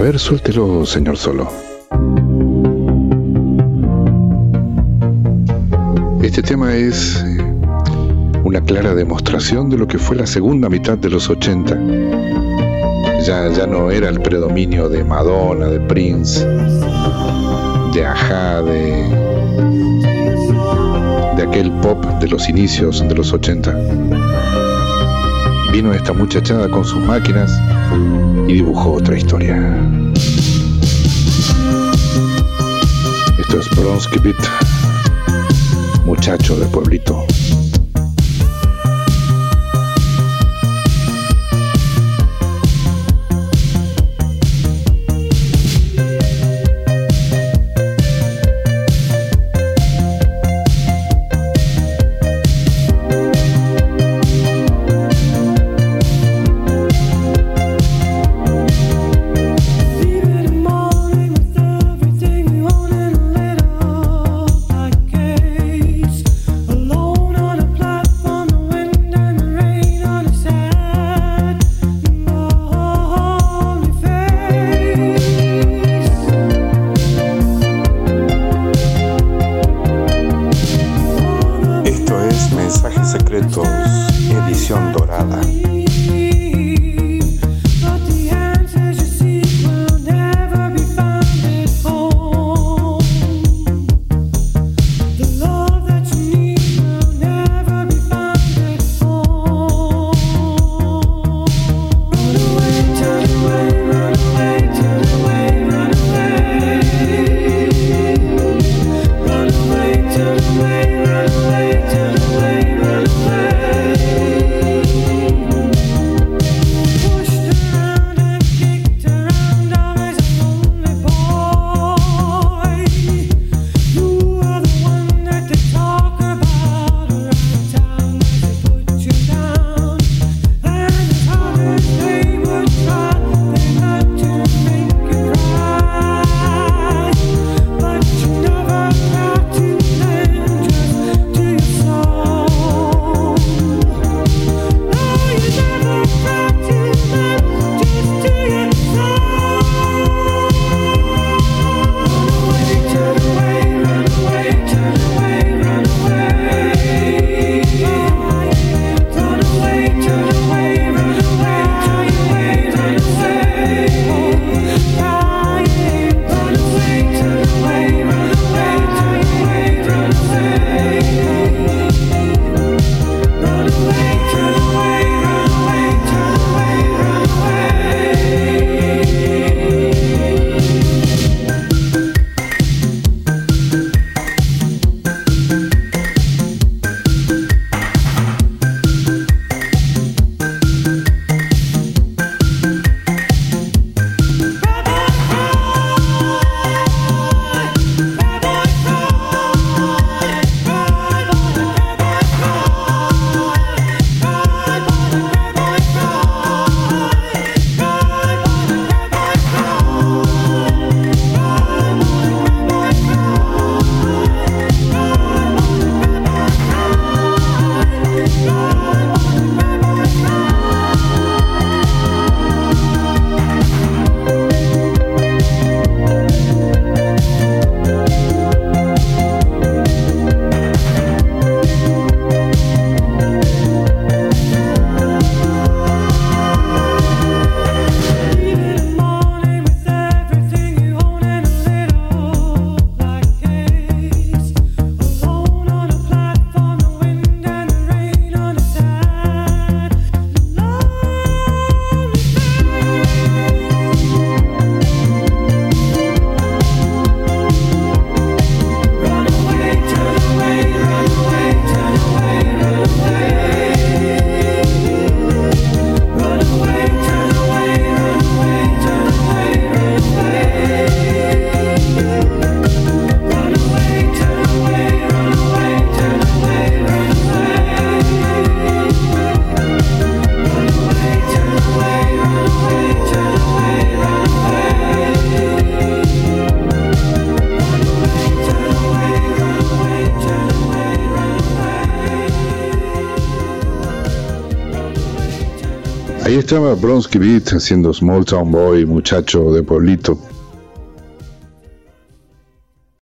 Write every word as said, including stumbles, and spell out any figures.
ver, suéltelo, señor Solo. Este tema es una clara demostración de lo que fue la segunda mitad de los ochenta. Ya, ya no era el predominio de Madonna, de Prince, de Ajá, de, de aquel pop de los inicios de los ochenta. Vino esta muchachada con sus máquinas y dibujó otra historia. Esto es Bronski Beat, muchacho de pueblito. Alone Ahí estaba Bronski Beat haciendo Small Town Boy, muchacho de pueblito.